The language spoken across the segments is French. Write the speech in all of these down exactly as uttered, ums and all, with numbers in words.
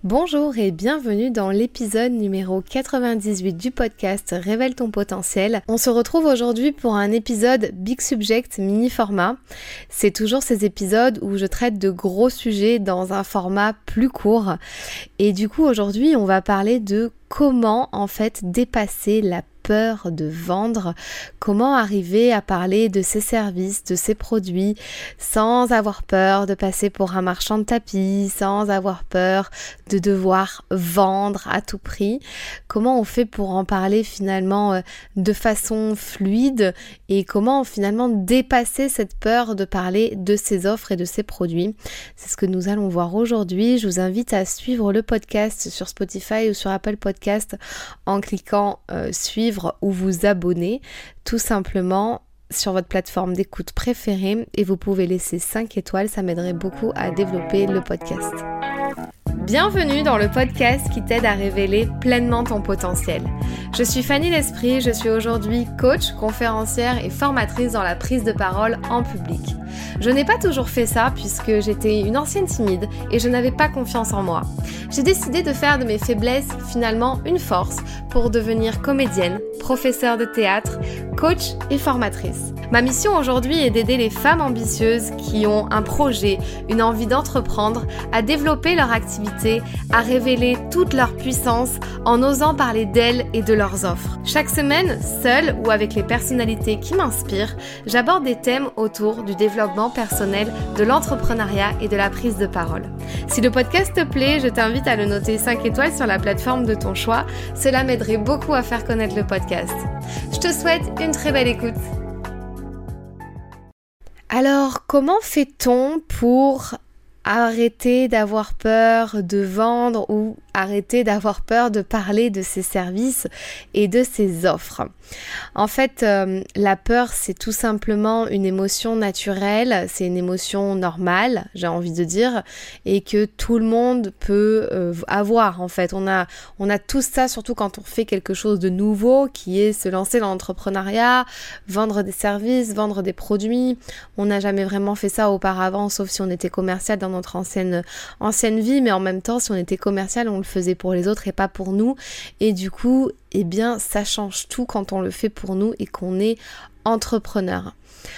Bonjour et bienvenue dans l'épisode numéro quatre-vingt-dix-huit du podcast Révèle ton potentiel. On se retrouve aujourd'hui pour un épisode Big Subject mini format. C'est toujours ces épisodes où je traite de gros sujets dans un format plus court. Et du coup aujourd'hui on va parler de comment en fait dépasser la peur de vendre, comment arriver à parler de ses services, de ses produits sans avoir peur de passer pour un marchand de tapis, sans avoir peur de devoir vendre à tout prix, comment on fait pour en parler finalement de façon fluide et comment finalement dépasser cette peur de parler de ses offres et de ses produits. C'est ce que nous allons voir aujourd'hui. Je vous invite à suivre le podcast sur Spotify ou sur Apple Podcast en cliquant euh, suivre ou vous abonner tout simplement sur votre plateforme d'écoute préférée et vous pouvez laisser cinq étoiles, ça m'aiderait beaucoup à développer le podcast. Bienvenue dans le podcast qui t'aide à révéler pleinement ton potentiel. Je suis Fanny L'Esprit, je suis aujourd'hui coach, conférencière et formatrice dans la prise de parole en public. Je n'ai pas toujours fait ça puisque j'étais une ancienne timide et je n'avais pas confiance en moi. J'ai décidé de faire de mes faiblesses finalement une force pour devenir comédienne, professeure de théâtre, coach et formatrice. Ma mission aujourd'hui est d'aider les femmes ambitieuses qui ont un projet, une envie d'entreprendre, à développer leur activité, à révéler toute leur puissance en osant parler d'elles et de leurs offres. Chaque semaine, seule ou avec les personnalités qui m'inspirent, j'aborde des thèmes autour du développement personnel, de l'entrepreneuriat et de la prise de parole. Si le podcast te plaît, je t'invite à le noter cinq étoiles sur la plateforme de ton choix. Cela m'aiderait beaucoup à faire connaître le podcast. Je te souhaite une très belle écoute. Alors, comment fait-on pour arrêter d'avoir peur de vendre ou arrêter d'avoir peur de parler de ses services et de ses offres? En fait, euh, la peur, c'est tout simplement une émotion naturelle, c'est une émotion normale, j'ai envie de dire, et que tout le monde peut euh, avoir en fait. On a, on a tout ça, surtout quand on fait quelque chose de nouveau, qui est se lancer dans l'entrepreneuriat, vendre des services, vendre des produits. On n'a jamais vraiment fait ça auparavant, sauf si on était commercial dans notre ancienne, ancienne vie, mais en même temps, si on était commercial, on le faisait pour les autres et pas pour nous. Et du coup, eh bien, ça change tout quand on le fait pour nous et qu'on est entrepreneur.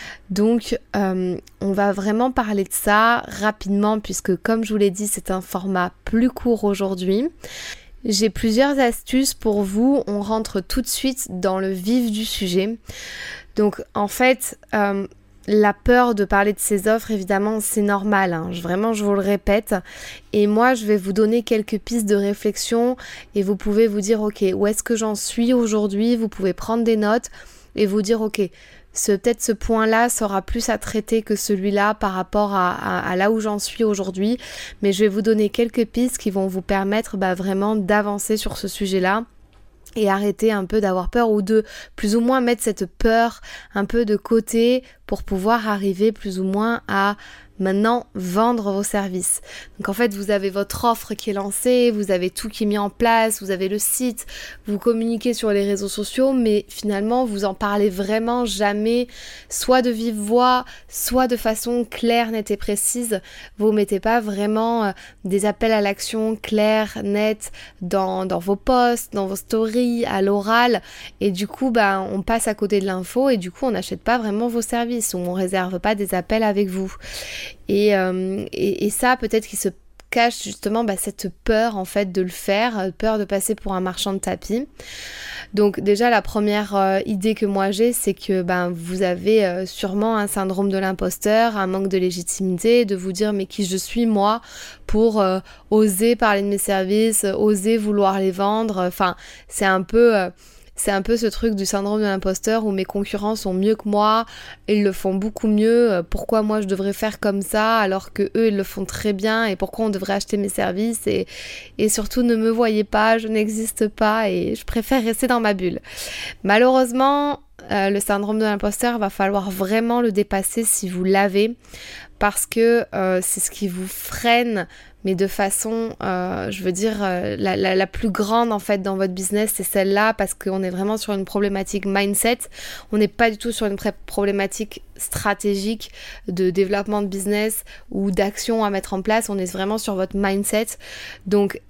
Donc, euh, on va vraiment parler de ça rapidement puisque, comme je vous l'ai dit, c'est un format plus court aujourd'hui. J'ai plusieurs astuces pour vous. On rentre tout de suite dans le vif du sujet. Donc, en fait... Euh, La peur de parler de ses offres, évidemment, c'est normal, hein. Vraiment, je vous le répète. Et moi, je vais vous donner quelques pistes de réflexion et vous pouvez vous dire, ok, où est-ce que j'en suis aujourd'hui? Vous pouvez prendre des notes et vous dire, ok, ce, peut-être ce point-là sera plus à traiter que celui-là par rapport à, à, à là où j'en suis aujourd'hui. Mais je vais vous donner quelques pistes qui vont vous permettre bah, vraiment d'avancer sur ce sujet-là. Et arrêter un peu d'avoir peur ou de plus ou moins mettre cette peur un peu de côté pour pouvoir arriver plus ou moins à maintenant vendre vos services. Donc en fait, vous avez votre offre qui est lancée, vous avez tout qui est mis en place, vous avez le site, vous communiquez sur les réseaux sociaux, mais finalement, vous en parlez vraiment jamais, soit de vive voix, soit de façon claire, nette et précise. Vous mettez pas vraiment euh, des appels à l'action clairs, nets dans, dans vos posts, dans vos stories, à l'oral, et du coup, bah, on passe à côté de l'info et du coup, on n'achète pas vraiment vos services ou on réserve pas des appels avec vous. Et, euh, et, et ça, peut-être qu'il se cache justement bah, cette peur en fait de le faire, peur de passer pour un marchand de tapis. Donc déjà, la première euh, idée que moi j'ai, c'est que ben, vous avez euh, sûrement un syndrome de l'imposteur, un manque de légitimité, de vous dire mais qui je suis moi pour euh, oser parler de mes services, oser vouloir les vendre. Enfin, c'est un peu... Euh, C'est un peu ce truc du syndrome de l'imposteur où mes concurrents sont mieux que moi, ils le font beaucoup mieux, pourquoi moi je devrais faire comme ça alors que eux ils le font très bien et pourquoi on devrait acheter mes services et, et surtout ne me voyez pas, je n'existe pas et je préfère rester dans ma bulle. Malheureusement, euh, le syndrome de l'imposteur, va falloir vraiment le dépasser si vous l'avez parce que euh, c'est ce qui vous freine mais de façon, euh, je veux dire, euh, la, la, la plus grande en fait dans votre business, c'est celle-là parce qu'on est vraiment sur une problématique mindset, on n'est pas du tout sur une pré- problématique stratégique de développement de business ou d'action à mettre en place, on est vraiment sur votre mindset. Donc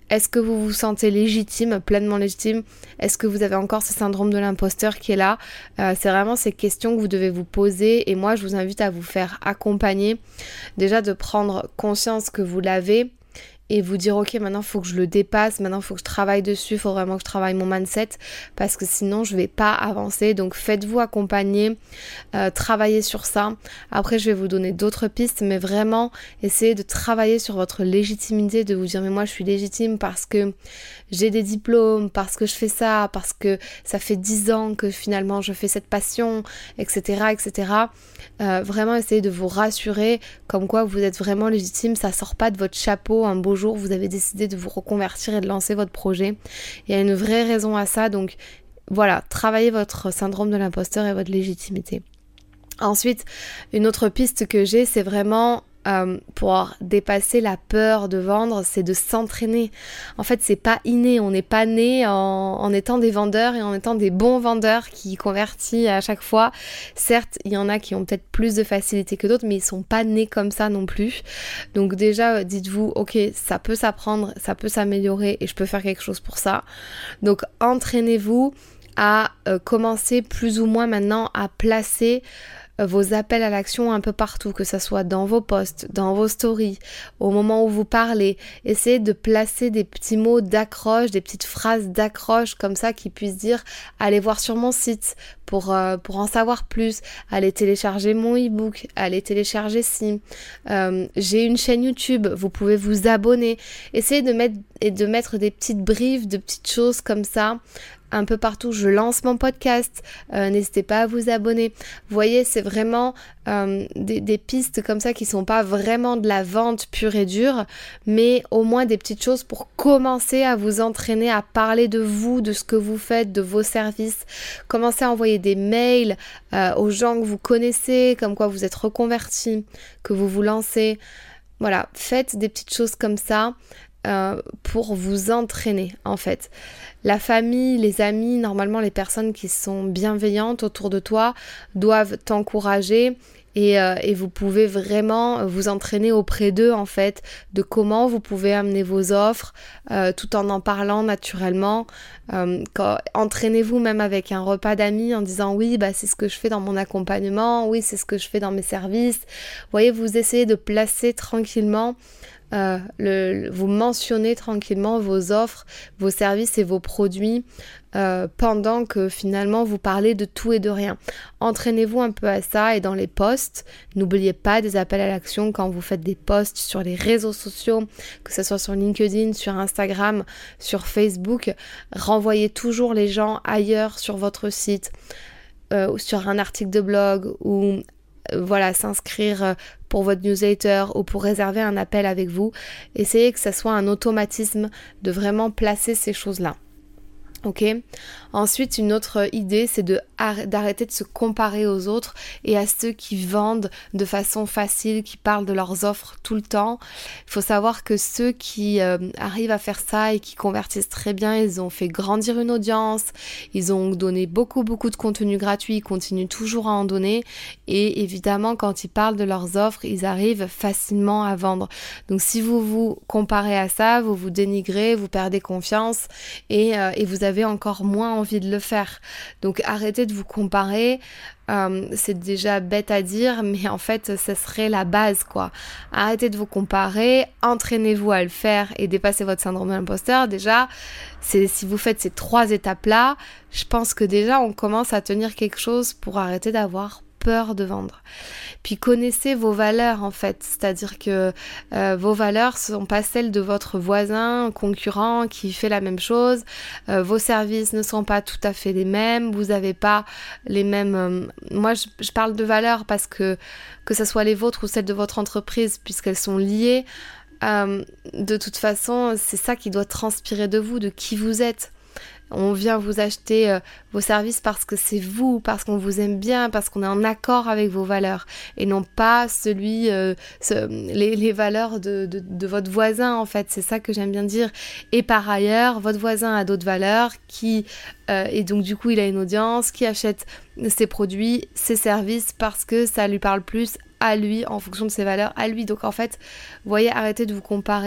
Est-ce que vous vous sentez légitime, pleinement légitime? Est-ce que vous avez encore ce syndrome de l'imposteur qui est là? euh, C'est vraiment ces questions que vous devez vous poser et moi je vous invite à vous faire accompagner. Déjà de prendre conscience que vous l'avez et vous dire ok, maintenant il faut que je le dépasse, maintenant il faut que je travaille dessus, il faut vraiment que je travaille mon mindset parce que sinon je vais pas avancer. Donc faites-vous accompagner, euh, travaillez sur ça. Après je vais vous donner d'autres pistes, mais vraiment essayez de travailler sur votre légitimité, de vous dire mais moi je suis légitime parce que j'ai des diplômes, parce que je fais ça, parce que ça fait dix ans que finalement je fais cette passion, et cetera et cetera. Euh, vraiment essayez de vous rassurer comme quoi vous êtes vraiment légitime, ça sort pas de votre chapeau un beau jour, vous avez décidé de vous reconvertir et de lancer votre projet. Il y a une vraie raison à ça, donc voilà, travaillez votre syndrome de l'imposteur et votre légitimité. Ensuite, une autre piste que j'ai, c'est vraiment euh, pour dépasser la peur de vendre, c'est de s'entraîner. En fait, c'est pas inné, on n'est pas né en, en étant des vendeurs et en étant des bons vendeurs qui convertissent à chaque fois. Certes, il y en a qui ont peut-être plus de facilité que d'autres, mais ils sont pas nés comme ça non plus. Donc déjà, dites-vous, ok, ça peut s'apprendre, ça peut s'améliorer et je peux faire quelque chose pour ça. Donc entraînez-vous à euh, commencer plus ou moins maintenant à placer vos appels à l'action un peu partout, que ça soit dans vos posts, dans vos stories, au moment où vous parlez. Essayez de placer des petits mots d'accroche, des petites phrases d'accroche comme ça qui puissent dire « Allez voir sur mon site pour, euh, pour en savoir plus, allez télécharger mon e-book, allez télécharger ci, euh, j'ai une chaîne YouTube, vous pouvez vous abonner. » Essayez de mettre, et de mettre des petites briefs, de petites choses comme ça un peu partout. Je lance mon podcast, euh, n'hésitez pas à vous abonner. Vous voyez, c'est vraiment euh, des, des pistes comme ça qui sont pas vraiment de la vente pure et dure, mais au moins des petites choses pour commencer à vous entraîner à parler de vous, de ce que vous faites, de vos services. Commencez à envoyer des mails euh, aux gens que vous connaissez, comme quoi vous êtes reconvertis, que vous vous lancez. Voilà, faites des petites choses comme ça. Euh, pour vous entraîner en fait. La famille, les amis, normalement les personnes qui sont bienveillantes autour de toi doivent t'encourager et, euh, et vous pouvez vraiment vous entraîner auprès d'eux en fait de comment vous pouvez amener vos offres euh, tout en en parlant naturellement. Euh, quand, entraînez-vous même avec un repas d'amis en disant oui bah c'est ce que je fais dans mon accompagnement, oui c'est ce que je fais dans mes services. Vous voyez, vous essayez de placer tranquillement Euh, le, le, vous mentionnez tranquillement vos offres, vos services et vos produits euh, pendant que finalement vous parlez de tout et de rien. Entraînez-vous un peu à ça et dans les posts, n'oubliez pas des appels à l'action quand vous faites des posts sur les réseaux sociaux, que ce soit sur LinkedIn, sur Instagram, sur Facebook, renvoyez toujours les gens ailleurs sur votre site, euh, ou sur un article de blog ou voilà, s'inscrire pour votre newsletter ou pour réserver un appel avec vous. Essayez que ça soit un automatisme de vraiment placer ces choses-là. Ok. Ensuite, une autre idée, c'est de d'arrêter de se comparer aux autres et à ceux qui vendent de façon facile, qui parlent de leurs offres tout le temps. Il faut savoir que ceux qui euh, arrivent à faire ça et qui convertissent très bien, ils ont fait grandir une audience, ils ont donné beaucoup beaucoup de contenu gratuit, ils continuent toujours à en donner et évidemment quand ils parlent de leurs offres, ils arrivent facilement à vendre. Donc si vous vous comparez à ça, vous vous dénigrez, vous perdez confiance et, euh, et vous avez encore moins envie de le faire. Donc arrêtez de vous comparer, euh, c'est déjà bête à dire, mais en fait ce serait la base quoi. Arrêtez de vous comparer, entraînez-vous à le faire et dépasser votre syndrome de l'imposteur. Déjà, c'est, si vous faites ces trois étapes-là, je pense que déjà on commence à tenir quelque chose pour arrêter d'avoir peur de vendre. Puis connaissez vos valeurs en fait, c'est-à-dire que euh, vos valeurs ne sont pas celles de votre voisin, concurrent qui fait la même chose, euh, vos services ne sont pas tout à fait les mêmes, vous n'avez pas les mêmes... Euh, moi je, je parle de valeurs parce que que ce soit les vôtres ou celles de votre entreprise, puisqu'elles sont liées, euh, de toute façon c'est ça qui doit transpirer de vous, de qui vous êtes. On vient vous acheter euh, vos services parce que c'est vous, parce qu'on vous aime bien, parce qu'on est en accord avec vos valeurs et non pas celui, euh, ce, les, les valeurs de, de, de votre voisin en fait, c'est ça que j'aime bien dire. Et par ailleurs, votre voisin a d'autres valeurs qui, euh, et donc du coup il a une audience qui achète ses produits, ses services parce que ça lui parle plus à lui en fonction de ses valeurs à lui. Donc en fait, vous voyez, arrêtez de vous comparer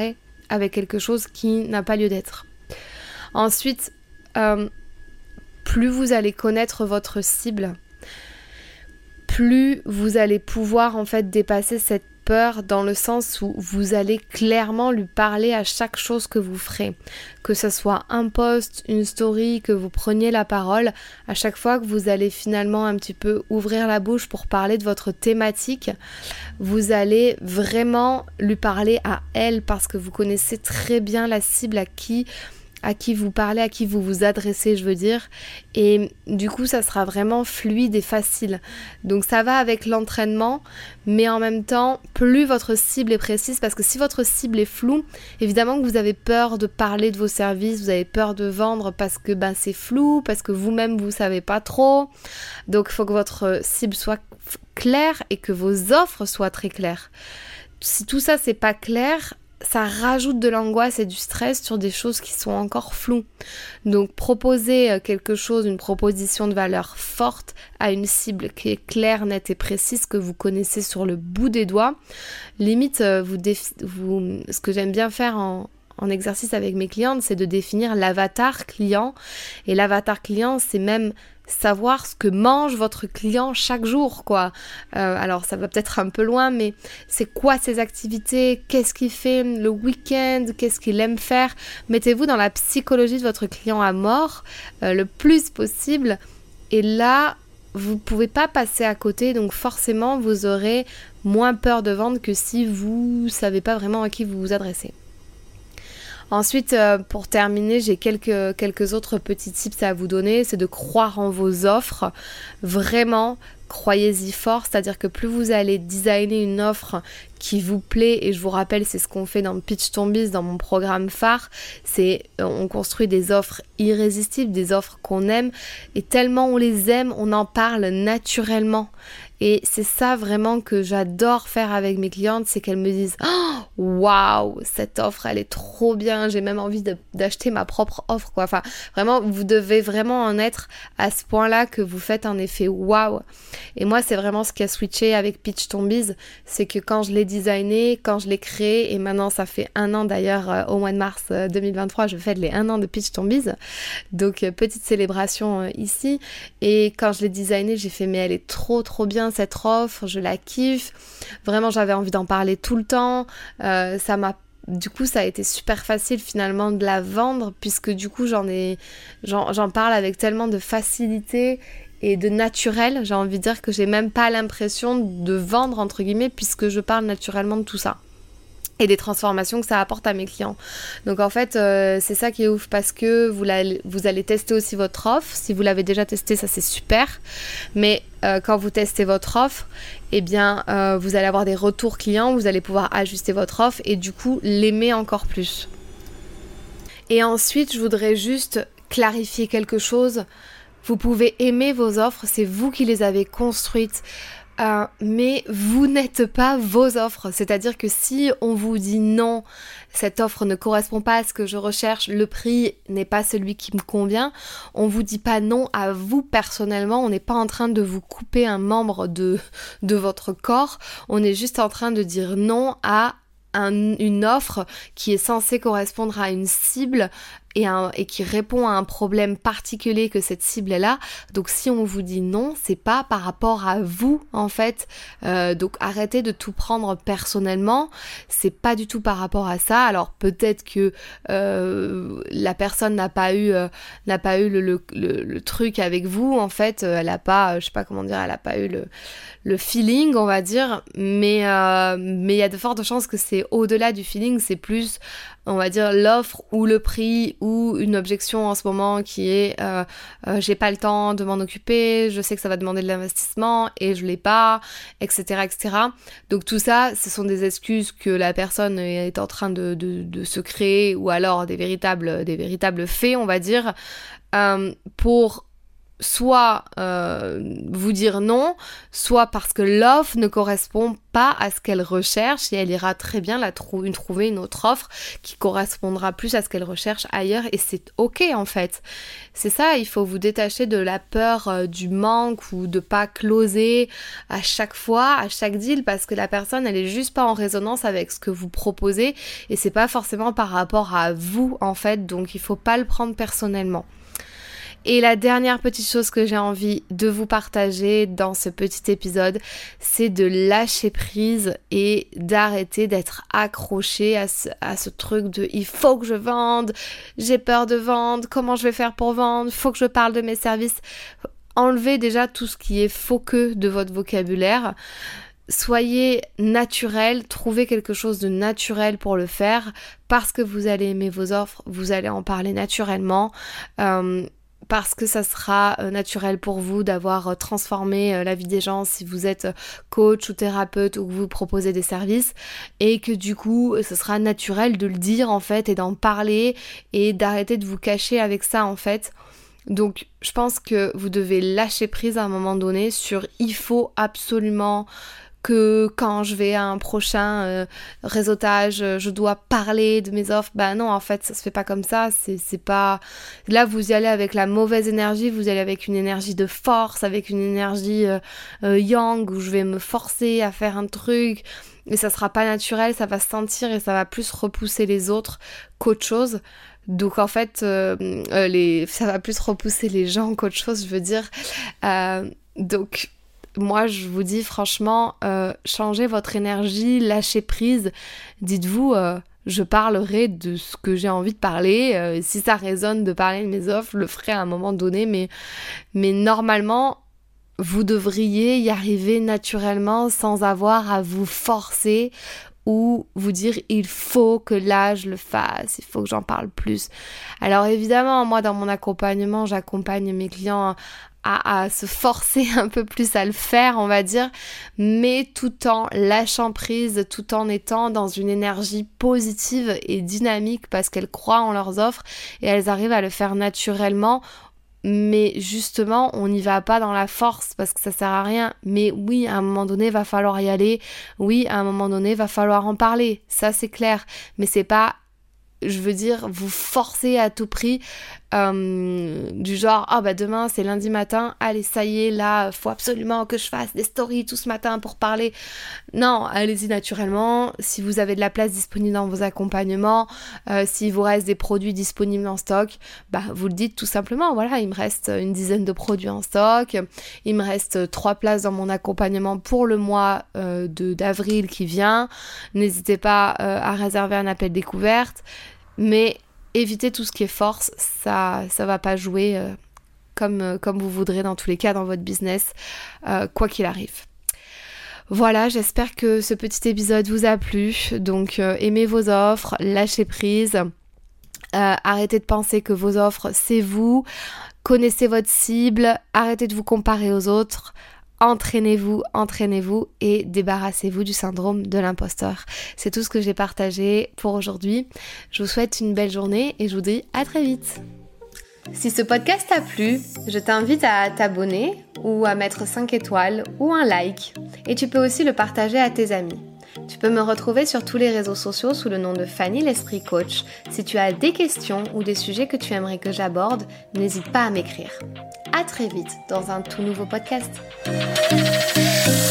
avec quelque chose qui n'a pas lieu d'être. Ensuite, euh, plus vous allez connaître votre cible, plus vous allez pouvoir en fait dépasser cette peur dans le sens où vous allez clairement lui parler à chaque chose que vous ferez. Que ce soit un post, une story, que vous preniez la parole, à chaque fois que vous allez finalement un petit peu ouvrir la bouche pour parler de votre thématique, vous allez vraiment lui parler à elle parce que vous connaissez très bien la cible à qui à qui vous parlez, à qui vous vous adressez, je veux dire. Et du coup, ça sera vraiment fluide et facile. Donc ça va avec l'entraînement, mais en même temps, plus votre cible est précise, parce que si votre cible est floue, évidemment que vous avez peur de parler de vos services, vous avez peur de vendre parce que ben, c'est flou, parce que vous-même, vous savez pas trop. Donc il faut que votre cible soit claire et que vos offres soient très claires. Si tout ça, c'est pas clair, ça rajoute de l'angoisse et du stress sur des choses qui sont encore floues. Donc proposer quelque chose, une proposition de valeur forte à une cible qui est claire, nette et précise, que vous connaissez sur le bout des doigts. Limite, vous, défi- vous ce que j'aime bien faire en, en exercice avec mes clientes, c'est de définir l'avatar client. Et l'avatar client, c'est même savoir ce que mange votre client chaque jour, quoi. Euh, alors, ça va peut-être un peu loin, mais c'est quoi ses activités? Qu'est-ce qu'il fait le week-end? Qu'est-ce qu'il aime faire? Mettez-vous dans la psychologie de votre client à mort, euh, le plus possible. Et là, vous ne pouvez pas passer à côté, donc forcément, vous aurez moins peur de vendre que si vous ne savez pas vraiment à qui vous vous adressez. Ensuite, euh, pour terminer, j'ai quelques, quelques autres petits tips à vous donner. C'est de croire en vos offres. Vraiment, croyez-y fort. C'est-à-dire que plus vous allez designer une offre qui vous plaît, et je vous rappelle, c'est ce qu'on fait dans Pitch ton Biz, dans mon programme phare, c'est on construit des offres irrésistibles, des offres qu'on aime, et tellement on les aime, on en parle naturellement. Et c'est ça vraiment que j'adore faire avec mes clientes, c'est qu'elles me disent oh, « Waouh, cette offre, elle est trop bien, j'ai même envie de, d'acheter ma propre offre. » quoi. Enfin, vraiment, vous devez vraiment en être à ce point-là que vous faites un effet « waouh ». Et moi, c'est vraiment ce qui a switché avec Pitch ton Biz, c'est que quand je l'ai designé, quand je l'ai créé, et maintenant ça fait un an d'ailleurs, euh, au mois de mars euh, deux mille vingt-trois, je fête les un an de Pitch ton Biz. Donc, euh, petite célébration euh, ici. Et quand je l'ai designé, j'ai fait « Mais elle est trop, trop bien. Cette offre, je la kiffe. » Vraiment, j'avais envie d'en parler tout le temps. Euh, ça m'a, du coup, ça a été super facile finalement de la vendre puisque du coup, j'en ai, j'en, j'en parle avec tellement de facilité et de naturel. J'ai envie de dire que j'ai même pas l'impression de vendre entre guillemets puisque je parle naturellement de tout ça. Et des transformations que ça apporte à mes clients. Donc en fait, euh, c'est ça qui est ouf parce que vous, la, vous allez tester aussi votre offre. Si vous l'avez déjà testé, ça c'est super. Mais euh, quand vous testez votre offre, eh bien, euh, vous allez avoir des retours clients, vous allez pouvoir ajuster votre offre et du coup, l'aimer encore plus. Et ensuite, je voudrais juste clarifier quelque chose. Vous pouvez aimer vos offres, c'est vous qui les avez construites. Euh, mais vous n'êtes pas vos offres, c'est-à-dire que si on vous dit non, cette offre ne correspond pas à ce que je recherche, le prix n'est pas celui qui me convient, on vous dit pas non à vous personnellement, on n'est pas en train de vous couper un membre de, de votre corps, on est juste en train de dire non à un, une offre qui est censée correspondre à une cible et, un, et qui répond à un problème particulier que cette cible est là. Donc si on vous dit non, c'est pas par rapport à vous en fait. Euh, donc arrêtez de tout prendre personnellement. C'est pas du tout par rapport à ça. Alors peut-être que euh, la personne n'a pas eu euh, n'a pas eu le, le, le, le truc avec vous en fait. Elle a pas, je sais pas comment dire, elle a pas eu le le feeling, on va dire. Mais euh, mais il y a de fortes chances que c'est au-delà du feeling. C'est plus, on va dire, l'offre ou le prix ou une objection en ce moment qui est euh, euh, j'ai pas le temps de m'en occuper, je sais que ça va demander de l'investissement et je l'ai pas, et cetera, et cetera. Donc tout ça, ce sont des excuses que la personne est en train de, de, de se créer ou alors des véritables, des véritables faits, on va dire, euh, pour soit euh, vous dire non, soit parce que l'offre ne correspond pas à ce qu'elle recherche et elle ira très bien la trou- une, trouver une autre offre qui correspondra plus à ce qu'elle recherche ailleurs et c'est ok en fait. C'est ça, il faut vous détacher de la peur euh, du manque ou de pas closer à chaque fois, à chaque deal parce que la personne elle est juste pas en résonance avec ce que vous proposez et c'est pas forcément par rapport à vous en fait, donc il faut pas le prendre personnellement. Et la dernière petite chose que j'ai envie de vous partager dans ce petit épisode, c'est de lâcher prise et d'arrêter d'être accroché à ce, à ce truc de il faut que je vende, j'ai peur de vendre, comment je vais faire pour vendre, il faut que je parle de mes services. Enlevez déjà tout ce qui est faux que de votre vocabulaire. Soyez naturel, trouvez quelque chose de naturel pour le faire parce que vous allez aimer vos offres, vous allez en parler naturellement. Euh, parce que ça sera naturel pour vous d'avoir transformé la vie des gens si vous êtes coach ou thérapeute ou que vous proposez des services et que du coup ce sera naturel de le dire en fait et d'en parler et d'arrêter de vous cacher avec ça en fait. Donc je pense que vous devez lâcher prise à un moment donné sur il faut absolument que quand je vais à un prochain euh, réseautage, je dois parler de mes offres. Ben non, en fait, ça se fait pas comme ça. C'est, c'est pas... Là, vous y allez avec la mauvaise énergie, vous y allez avec une énergie de force, avec une énergie euh, euh, yang, où je vais me forcer à faire un truc, et ça sera pas naturel, ça va se sentir et ça va plus repousser les autres qu'autre chose. Donc en fait, euh, euh, les... ça va plus repousser les gens qu'autre chose, je veux dire. Euh, donc... Moi, je vous dis franchement, euh, changez votre énergie, lâchez prise. Dites-vous, euh, je parlerai de ce que j'ai envie de parler. Euh, si ça résonne de parler de mes offres, je le ferai à un moment donné. Mais, mais normalement, vous devriez y arriver naturellement sans avoir à vous forcer ou vous dire il faut que là je le fasse, il faut que j'en parle plus. Alors évidemment, moi dans mon accompagnement, j'accompagne mes clients À, à se forcer un peu plus à le faire, on va dire, mais tout en lâchant prise, tout en étant dans une énergie positive et dynamique parce qu'elles croient en leurs offres et elles arrivent à le faire naturellement. Mais justement, on n'y va pas dans la force parce que ça sert à rien. Mais oui, à un moment donné, va falloir y aller. Oui, à un moment donné, va falloir en parler. Ça, c'est clair. Mais c'est pas, je veux dire, vous forcer à tout prix. Euh, du genre ah oh bah demain c'est lundi matin, allez ça y est là faut absolument que je fasse des stories tout ce matin pour parler. Non, allez-y naturellement. Si vous avez de la place disponible dans vos accompagnements, euh, s'il vous reste des produits disponibles en stock, bah vous le dites tout simplement, voilà, il me reste une dizaine de produits en stock, il me reste trois places dans mon accompagnement pour le mois euh, de, d'avril qui vient, n'hésitez pas euh, à réserver un appel découverte, mais évitez tout ce qui est force, ça ça va pas jouer euh, comme, euh, comme vous voudrez dans tous les cas dans votre business, euh, quoi qu'il arrive. Voilà, j'espère que ce petit épisode vous a plu. Donc euh, aimez vos offres, lâchez prise, euh, arrêtez de penser que vos offres c'est vous, connaissez votre cible, arrêtez de vous comparer aux autres. Entraînez-vous, entraînez-vous et débarrassez-vous du syndrome de l'imposteur. C'est tout ce que j'ai partagé pour aujourd'hui. Je vous souhaite une belle journée et je vous dis à très vite. Si ce podcast t'a plu, je t'invite à t'abonner ou à mettre cinq étoiles ou un like. Et tu peux aussi le partager à tes amis. Tu peux me retrouver sur tous les réseaux sociaux sous le nom de Fanny l'Esprit Coach. Si tu as des questions ou des sujets que tu aimerais que j'aborde, n'hésite pas à m'écrire. À très vite dans un tout nouveau podcast.